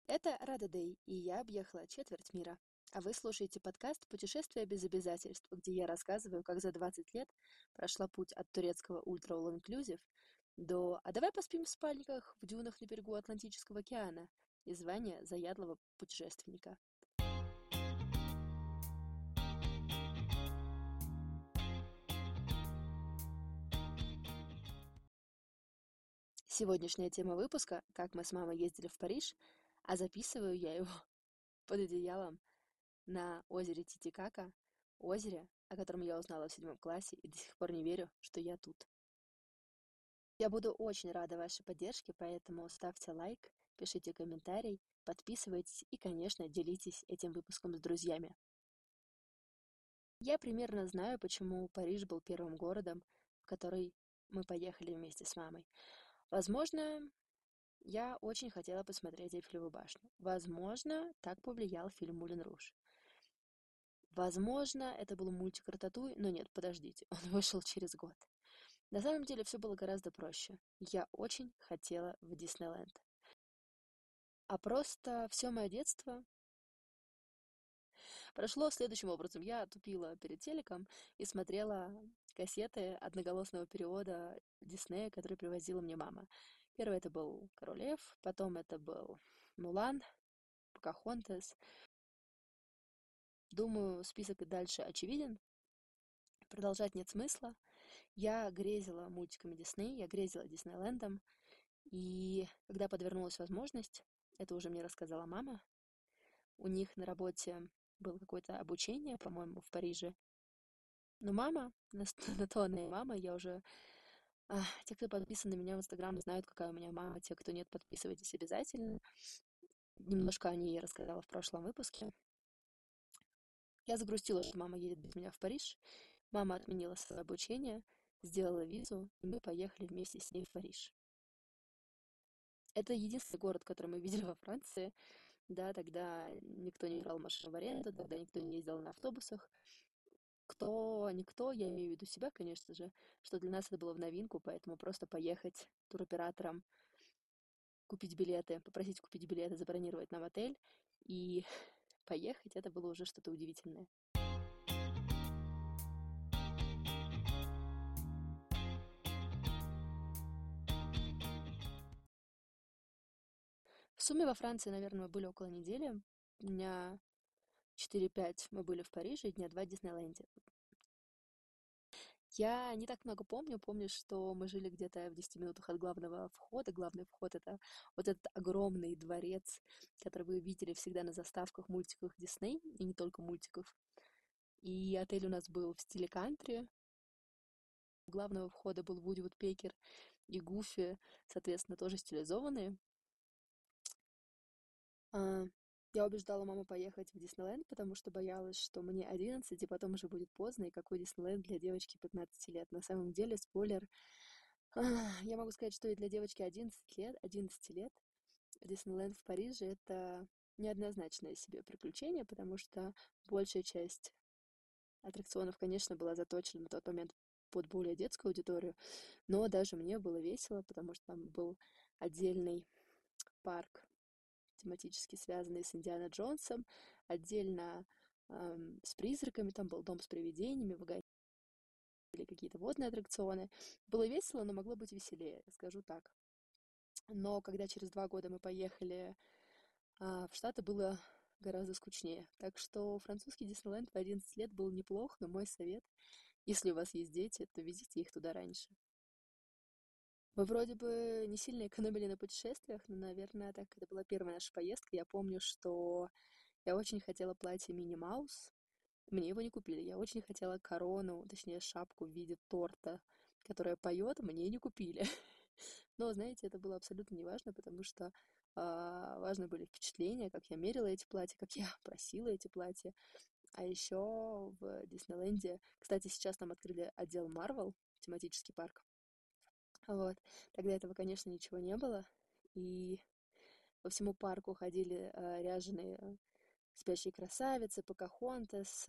Это Рада Дэй, и я объехала четверть мира. А вы слушаете подкаст «Путешествия без обязательств», где я рассказываю, как за 20 лет прошла путь от турецкого ультра all inclusive до «А давай поспим в спальниках в дюнах на берегу Атлантического океана» и звания заядлого путешественника. Сегодняшняя тема выпуска «Как мы с мамой ездили в Париж», а записываю я его под одеялом на озере Титикака, озере, о котором я узнала в 7 классе и до сих пор не верю, что я тут. Я буду очень рада вашей поддержке, поэтому ставьте лайк, пишите комментарий, подписывайтесь и, конечно, делитесь этим выпуском с друзьями. Я примерно знаю, почему Париж был первым городом, в который мы поехали вместе с мамой. Возможно, я очень хотела посмотреть Эйфелеву башню. Возможно, так повлиял фильм «Мулен Руж». Возможно, это был мультик «Рататуй», но нет, подождите, он вышел через год. На самом деле все было гораздо проще. Я очень хотела в Диснейленд. А просто все мое детство прошло следующим образом. Я тупила перед телеком и смотрела кассеты одноголосного перевода Диснея, которые привозила мне мама. Первый это был «Король Лев», потом это был «Мулан», «Покахонтас». Думаю, список и дальше очевиден. Продолжать нет смысла. Я грезила мультиками Дисней, я грезила Диснейлендом. И когда подвернулась возможность, это уже мне рассказала мама, у них на работе было какое-то обучение, по-моему, в Париже. Но мама, на то она и мама, я уже... те, кто подписан на меня в Инстаграм, знают, какая у меня мама. Те, кто нет, подписывайтесь обязательно. Немножко о ней я рассказала в прошлом выпуске. Я загрустила, что мама едет без меня в Париж. Мама отменила свое обучение, сделала визу, и мы поехали вместе с ней в Париж. Это единственный город, который мы видели во Франции. Да, тогда никто не брал машину в аренду, тогда никто не ездил на автобусах. Никто, я имею в виду себя, конечно же, что для нас это было в новинку, поэтому просто поехать туроператором, купить билеты, попросить купить билеты, забронировать нам отель и поехать, это было уже что-то удивительное. В сумме во Франции, наверное, мы были около недели. Дня 4-5 мы были в Париже, и дня 2 в Диснейленде. Я не так много помню. Помню, что мы жили где-то в 10 минутах от главного входа. Главный вход — это вот этот огромный дворец, который вы видели всегда на заставках, мультиках Дисней, и не только мультиков. И отель у нас был в стиле кантри. У главного входа был Вуди Вудпекер и Гуфи, соответственно, тоже стилизованные. А, Я убеждала маму поехать в Диснейленд, потому что боялась, что мне 11, и потом уже будет поздно, и какой Диснейленд для девочки 15 лет. На самом деле, спойлер, я могу сказать, что и для девочки 11 лет Диснейленд в Париже — это неоднозначное себе приключение, потому что большая часть аттракционов, конечно, была заточена на тот момент под более детскую аудиторию, но даже мне было весело, потому что там был отдельный парк, тематически связанный с Индиана Джонсом, отдельно с призраками, там был дом с привидениями, или какие-то водные аттракционы. Было весело, но могло быть веселее, скажу так. Но когда через 2 года мы поехали в Штаты, было гораздо скучнее. Так что французский Диснейленд в 11 лет был неплох, но мой совет, если у вас есть дети, то везите их туда раньше. Мы вроде бы не сильно экономили на путешествиях, но, наверное, так это была первая наша поездка. Я помню, что я очень хотела платье Мини Маус. Мне его не купили. Я очень хотела корону, точнее шапку в виде торта, которая поет, мне не купили. Но, знаете, это было абсолютно неважно, потому что важны были впечатления, как я мерила эти платья, как я просила эти платья. А еще в Диснейленде, кстати, сейчас там открыли отдел Marvel, тематический парк. Вот. Тогда этого, конечно, ничего не было. И по всему парку ходили ряженые спящие красавицы, Покахонтас,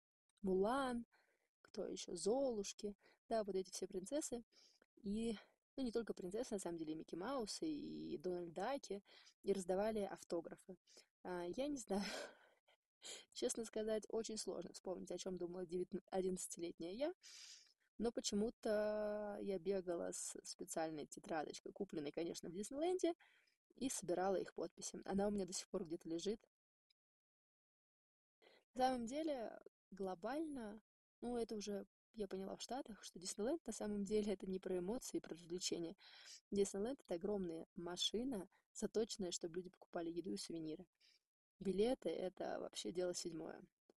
Мулан, кто еще, Золушки, да, вот эти все принцессы. И ну, не только принцессы, на самом деле, и Микки Маусы, и Дональд Даки, и раздавали автографы. Я не знаю, честно сказать, очень сложно вспомнить, о чем думала 11-летняя я, но почему-то я бегала с специальной тетрадочкой, купленной, конечно, в Диснейленде, и собирала их подписи. Она у меня до сих пор где-то лежит. На самом деле, глобально, ну, это уже я поняла в Штатах, что Диснейленд на самом деле это не про эмоции и про развлечения. Диснейленд — это огромная машина, заточенная, чтобы люди покупали еду и сувениры. Билеты — это вообще дело седьмое.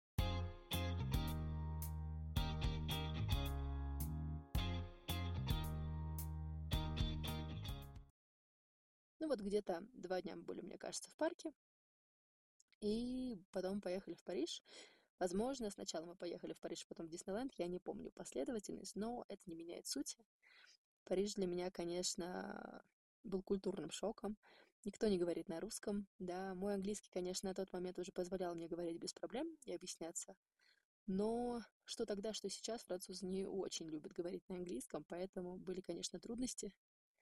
Ну вот где-то 2 дня мы были, мне кажется, в парке, и потом поехали в Париж. Возможно, сначала мы поехали в Париж, потом в Диснейленд, я не помню последовательность, но это не меняет сути. Париж для меня, конечно, был культурным шоком. Никто не говорит на русском, да. Мой английский, конечно, на тот момент уже позволял мне говорить без проблем и объясняться. Но что тогда, что сейчас, французы не очень любят говорить на английском, поэтому были, конечно, трудности.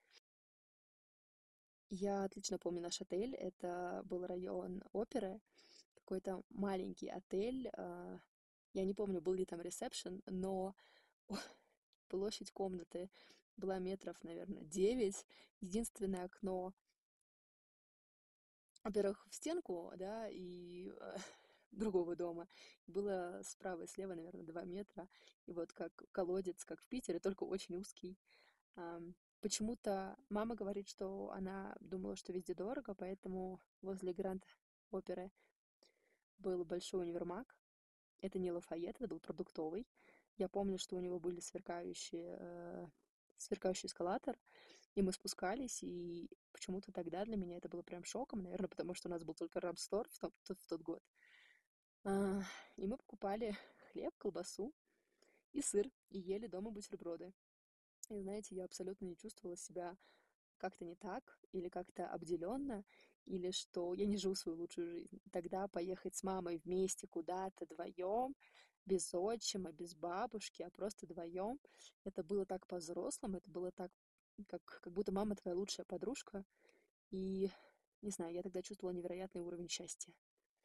Я отлично помню наш отель. Это был район оперы, какой-то маленький отель. Я не помню, был ли там ресепшн, но площадь комнаты была метров, наверное, 9. Единственное окно, во-первых, в стенку, да, и другого дома. Было справа и слева, наверное, 2 метра. И вот как колодец, как в Питере, только очень узкий. Почему-то мама говорит, что она думала, что везде дорого, поэтому возле Гранд-оперы был большой универмаг. Это не Лафайет, это был продуктовый. Я помню, что у него были сверкающий эскалатор, и мы спускались, и почему-то тогда для меня это было прям шоком, наверное, потому что у нас был только Рамстор в тот год. А, И мы покупали хлеб, колбасу и сыр, и ели дома бутерброды. И знаете, я абсолютно не чувствовала себя как-то не так, или как-то обделенно, или что я не живу свою лучшую жизнь. Тогда поехать с мамой вместе куда-то вдвоем, без отчима, без бабушки, а просто вдвоем, это было так по-взрослому, это было так, как будто мама твоя лучшая подружка. И, не знаю, я тогда чувствовала невероятный уровень счастья.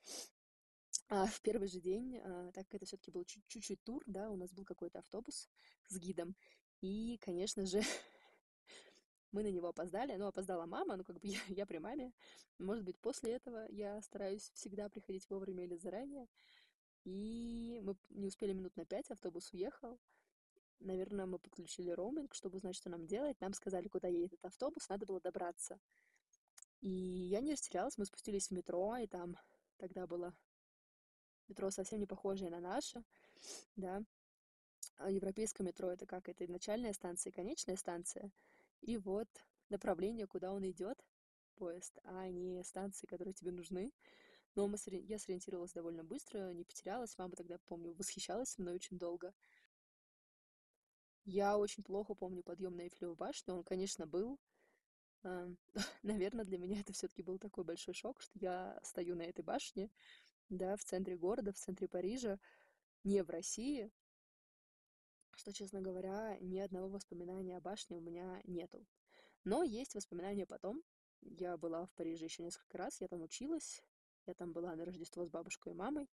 В первый же день, так как это все-таки был чуть-чуть тур, да, у нас был какой-то автобус с гидом, и, конечно же, мы на него опоздали. Ну, опоздала мама, ну, как бы я при маме. Может быть, после этого я стараюсь всегда приходить вовремя или заранее. И мы не успели минут на 5, автобус уехал. Наверное, мы подключили роуминг, чтобы узнать, что нам делать. Нам сказали, куда едет этот автобус, надо было добраться. И я не растерялась, мы спустились в метро, и там тогда было метро совсем не похожее на наше, да. Европейское метро — это как? Это и начальная станция, и конечная станция. И вот направление, куда он идет, поезд, а не станции, которые тебе нужны. Но я сориентировалась довольно быстро, не потерялась. Мама тогда, помню, восхищалась мной очень долго. Я очень плохо помню подъем на Эйфелеву башню. Он, конечно, был. Наверное, для меня это все-таки был такой большой шок, что я стою на этой башне, да, в центре города, в центре Парижа, не в России, что, честно говоря, ни одного воспоминания о башне у меня нету. Но есть воспоминания потом. Я была в Париже еще несколько раз, я там училась, я там была на Рождество с бабушкой и мамой.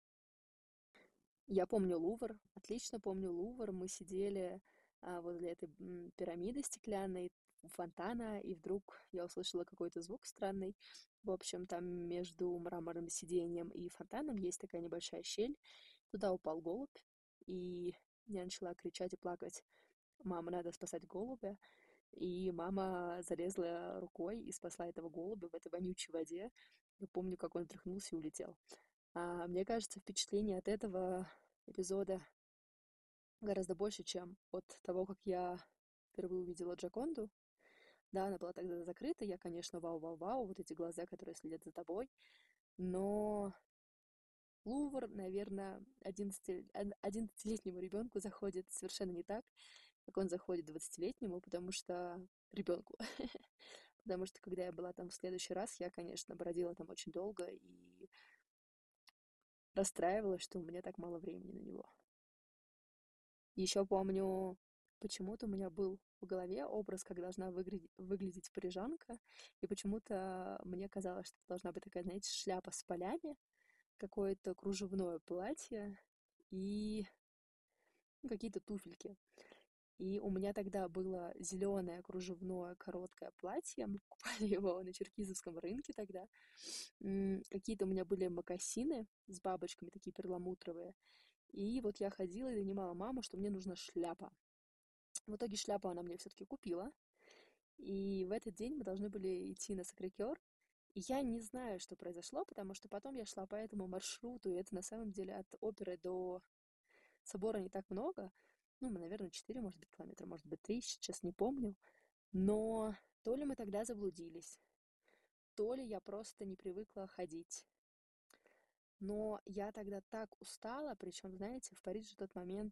Я помню Лувр, отлично помню Лувр. Мы сидели возле этой пирамиды стеклянной, у фонтана, и вдруг я услышала какой-то звук странный. В общем, там между мраморным сиденьем и фонтаном есть такая небольшая щель. Туда упал голубь, и я начала кричать и плакать: «Мама, надо спасать голубя!» И мама залезла рукой и спасла этого голубя в этой вонючей воде. Я помню, как он тряхнулся и улетел. Мне кажется, впечатление от этого эпизода гораздо больше, чем от того, как я впервые увидела Джаконду. Да, она была тогда закрыта, я, конечно, вау-вау-вау, вот эти глаза, которые следят за тобой. Но Лувр, наверное, 11-летнему ребенку заходит совершенно не так, как он заходит 20-летнему, потому что ребенку. Потому что, когда я была там в следующий раз, я, конечно, бродила там очень долго и расстраивалась, что у меня так мало времени на него. Еще помню, почему-то у меня был в голове образ, как должна выглядеть парижанка, и почему-то мне казалось, что это должна быть такая, знаете, шляпа с полями, какое-то кружевное платье и ну, какие-то туфельки. И у меня тогда было зеленое кружевное короткое платье, мы покупали его на черкизовском рынке тогда. Какие-то у меня были мокасины с бабочками, такие перламутровые. И вот я ходила и донимала маму, что мне нужна шляпа. В итоге шляпу она мне все-таки купила. И в этот день мы должны были идти на Сакрикер. И я не знаю, что произошло, потому что потом я шла по этому маршруту, и это на самом деле от оперы до собора не так много. Ну, мы, наверное, 4, может быть, километра, может быть, 3, сейчас не помню. Но то ли мы тогда заблудились, то ли я просто не привыкла ходить. Но я тогда так устала, причем, знаете, в Париже в тот момент,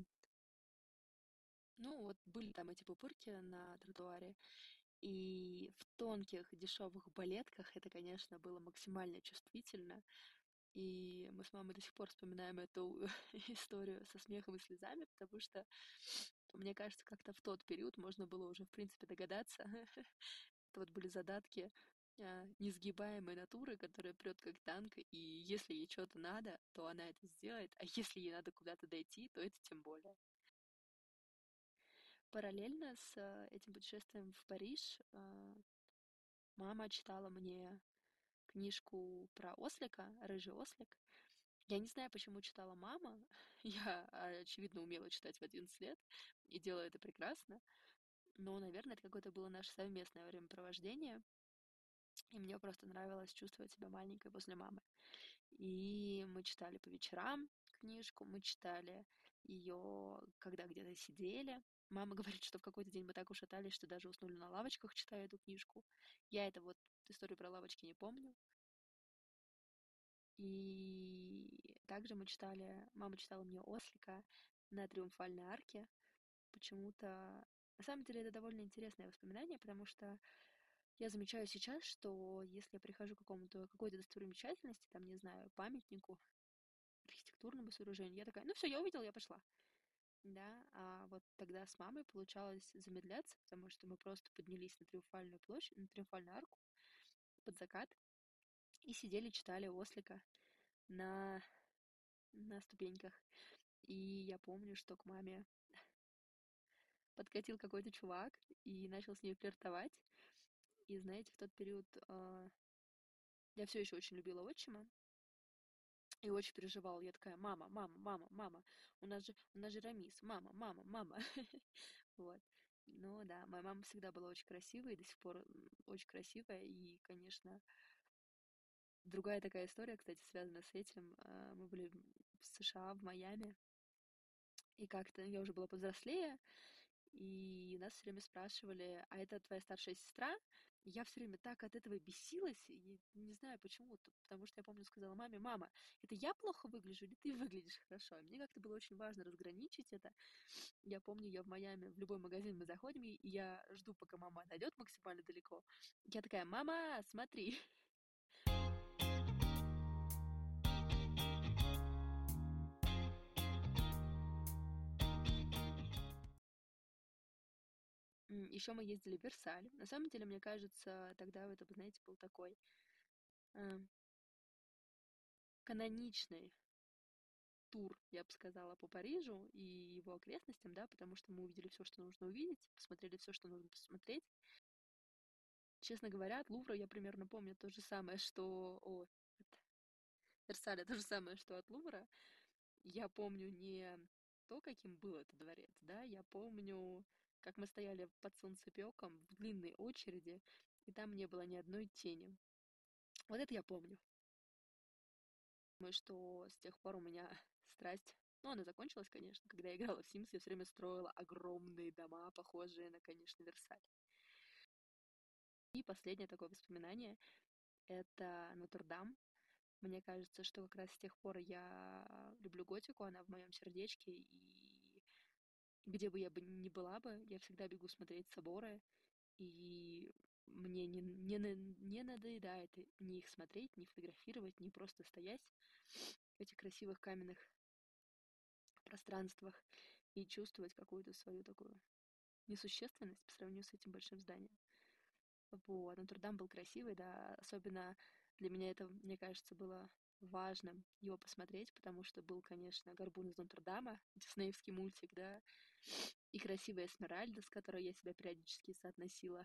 ну, вот были там эти пупырки на тротуаре, и в тонких дешевых балетках это, конечно, было максимально чувствительно. И мы с мамой до сих пор вспоминаем эту историю со смехом и слезами, потому что, мне кажется, как-то в тот период можно было уже, в принципе, догадаться. Это вот были задатки несгибаемой натуры, которая прет как танк, и если ей что-то надо, то она это сделает, а если ей надо куда-то дойти, то это тем более. Параллельно с этим путешествием в Париж мама читала мне книжку про ослика, рыжий ослик. Я не знаю, почему читала мама. Я, очевидно, умела читать в 11 лет и делала это прекрасно. Но, наверное, это какое-то было наше совместное времяпровождение. И мне просто нравилось чувствовать себя маленькой возле мамы. И мы читали по вечерам книжку, мы читали ее, когда где-то сидели. Мама говорит, что в какой-то день мы так ушатались, что даже уснули на лавочках, читая эту книжку. Я это вот историю про лавочки не помню. И также мама читала мне «Ослика» на Триумфальной арке. Почему-то, на самом деле, это довольно интересное воспоминание, потому что я замечаю сейчас, что если я прихожу к какой-то достопримечательности, там, не знаю, памятнику, архитектурному сооружению, я такая, ну все, я увидела, я пошла. Да, а вот тогда с мамой получалось замедляться, потому что мы просто поднялись на Триумфальную площадь, на Триумфальную арку под закат и сидели, читали «Ослика» на, на ступеньках. И я помню, что к маме подкатил какой-то чувак и начал с ней флиртовать. И знаете, в тот период я все еще очень любила отчима и очень переживала. Я такая, мама, мама, мама, мама, у нас же Рамис, мама, мама, мама. Вот. Ну да, моя мама всегда была очень красивой, и до сих пор очень красивая. И, конечно, другая такая история, кстати, связана с этим. Мы были в США, в Майами, и как-то я уже была повзрослее, и нас все время спрашивали, а это твоя старшая сестра? И я все время так от этого бесилась, и не знаю почему, потому что я помню, сказала маме, мама, это я плохо выгляжу или ты выглядишь хорошо? И мне как-то было очень важно разграничить это. Я помню, я в Майами, в любой магазин мы заходим, и я жду, пока мама отойдет максимально далеко. Я такая, мама, смотри. Еще мы ездили в Версаль. На самом деле, мне кажется, тогда это, вы знаете, был такой э, каноничный тур, я бы сказала, по Парижу и его окрестностям, да, потому что мы увидели все, что нужно увидеть, посмотрели все, что нужно посмотреть. Честно говоря, от Лувра я примерно помню то же самое, что от Версаля то же самое, что от Лувра. Я помню не то, каким был этот дворец, да, я помню, как мы стояли под солнцепеком в длинной очереди, и там не было ни одной тени. Вот это я помню. Думаю, что с тех пор у меня страсть, ну, она закончилась, конечно, когда я играла в Sims, я все время строила огромные дома, похожие на, конечно, Версаль. И последнее такое воспоминание — это Нотр-Дам. Мне кажется, что как раз с тех пор я люблю готику, она в моем сердечке, и где бы я бы ни была бы, я всегда бегу смотреть соборы, и мне не надоедает ни их смотреть, ни фотографировать, ни просто стоять в этих красивых каменных пространствах. и чувствовать какую-то свою такую несущественность по сравнению с этим большим зданием. Вот, Нотр-Дам был красивый, да, особенно для меня это, мне кажется, было важным его посмотреть, потому что был, конечно, «Горбун из Нотр-Дама», диснеевский мультик, да, и красивая Эсмеральда, с которой я себя периодически соотносила.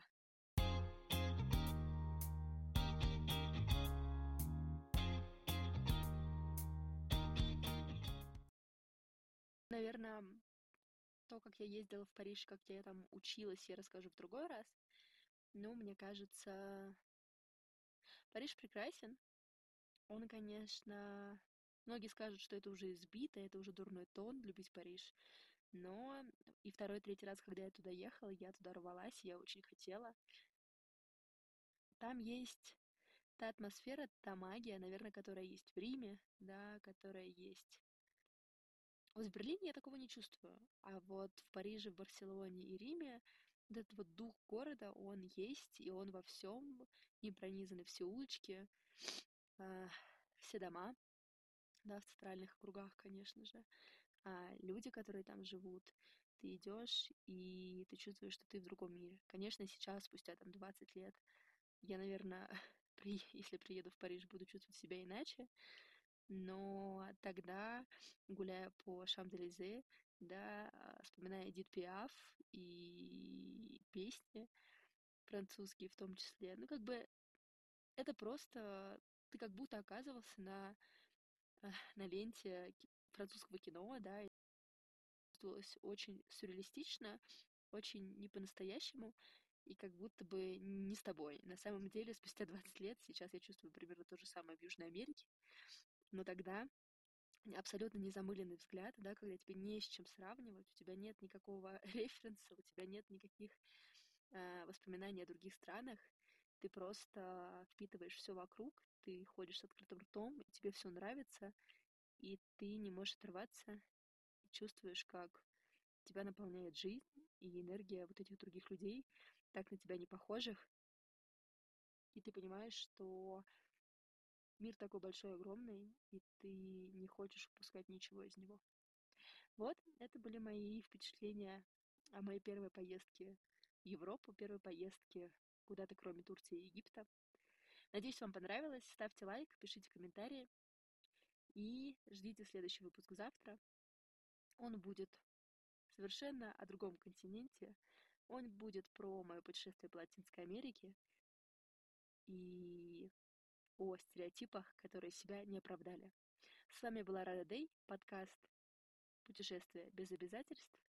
Наверное, то, как я ездила в Париж, как я там училась, я расскажу в другой раз. Но мне кажется, Париж прекрасен. Он, конечно, многие скажут, что это уже избито, это уже дурной тон любить Париж. Но и второй, третий раз, когда я туда ехала, я туда рвалась, я очень хотела. Там есть та атмосфера, та магия, наверное, которая есть в Риме, да, которая есть. Вот в Берлине я такого не чувствую, а вот в Париже, в Барселоне и Риме вот этот вот дух города, он есть, и он во всем, им пронизаны все улочки, а, все дома, да, в центральных округах, конечно же, люди, которые там живут, ты идешь, и ты чувствуешь, что ты в другом мире. Конечно, сейчас, спустя там 20 лет, я, наверное, если приеду в Париж, буду чувствовать себя иначе, но тогда, гуляя по Шам-де-Элизе, да, вспоминая Эдит Пиаф и песни французские в том числе, ну, как бы это просто ты как будто оказывался на ленте французского кино, да, и чувствовалось очень сюрреалистично, очень не по-настоящему, и как будто бы не с тобой. На самом деле, спустя 20 лет, сейчас я чувствую примерно то же самое в Южной Америке, но тогда абсолютно незамыленный взгляд, да, когда тебе не с чем сравнивать, у тебя нет никакого референса, у тебя нет никаких воспоминаний о других странах, ты просто впитываешь все вокруг, ты ходишь с открытым ртом, и тебе все нравится, и ты не можешь оторваться, и чувствуешь, как тебя наполняет жизнь и энергия вот этих других людей, так на тебя не похожих, и ты понимаешь, что мир такой большой, огромный, и ты не хочешь упускать ничего из него. Вот, это были мои впечатления о моей первой поездке в Европу, первой поездке куда-то, кроме Турции и Египта. Надеюсь, вам понравилось. Ставьте лайк, пишите комментарии и ждите следующий выпуск завтра. Он будет совершенно о другом континенте. Он будет про мое путешествие по Латинской Америке и о стереотипах, которые себя не оправдали. С вами была Рада Дэй, подкаст «Путешествие без обязательств».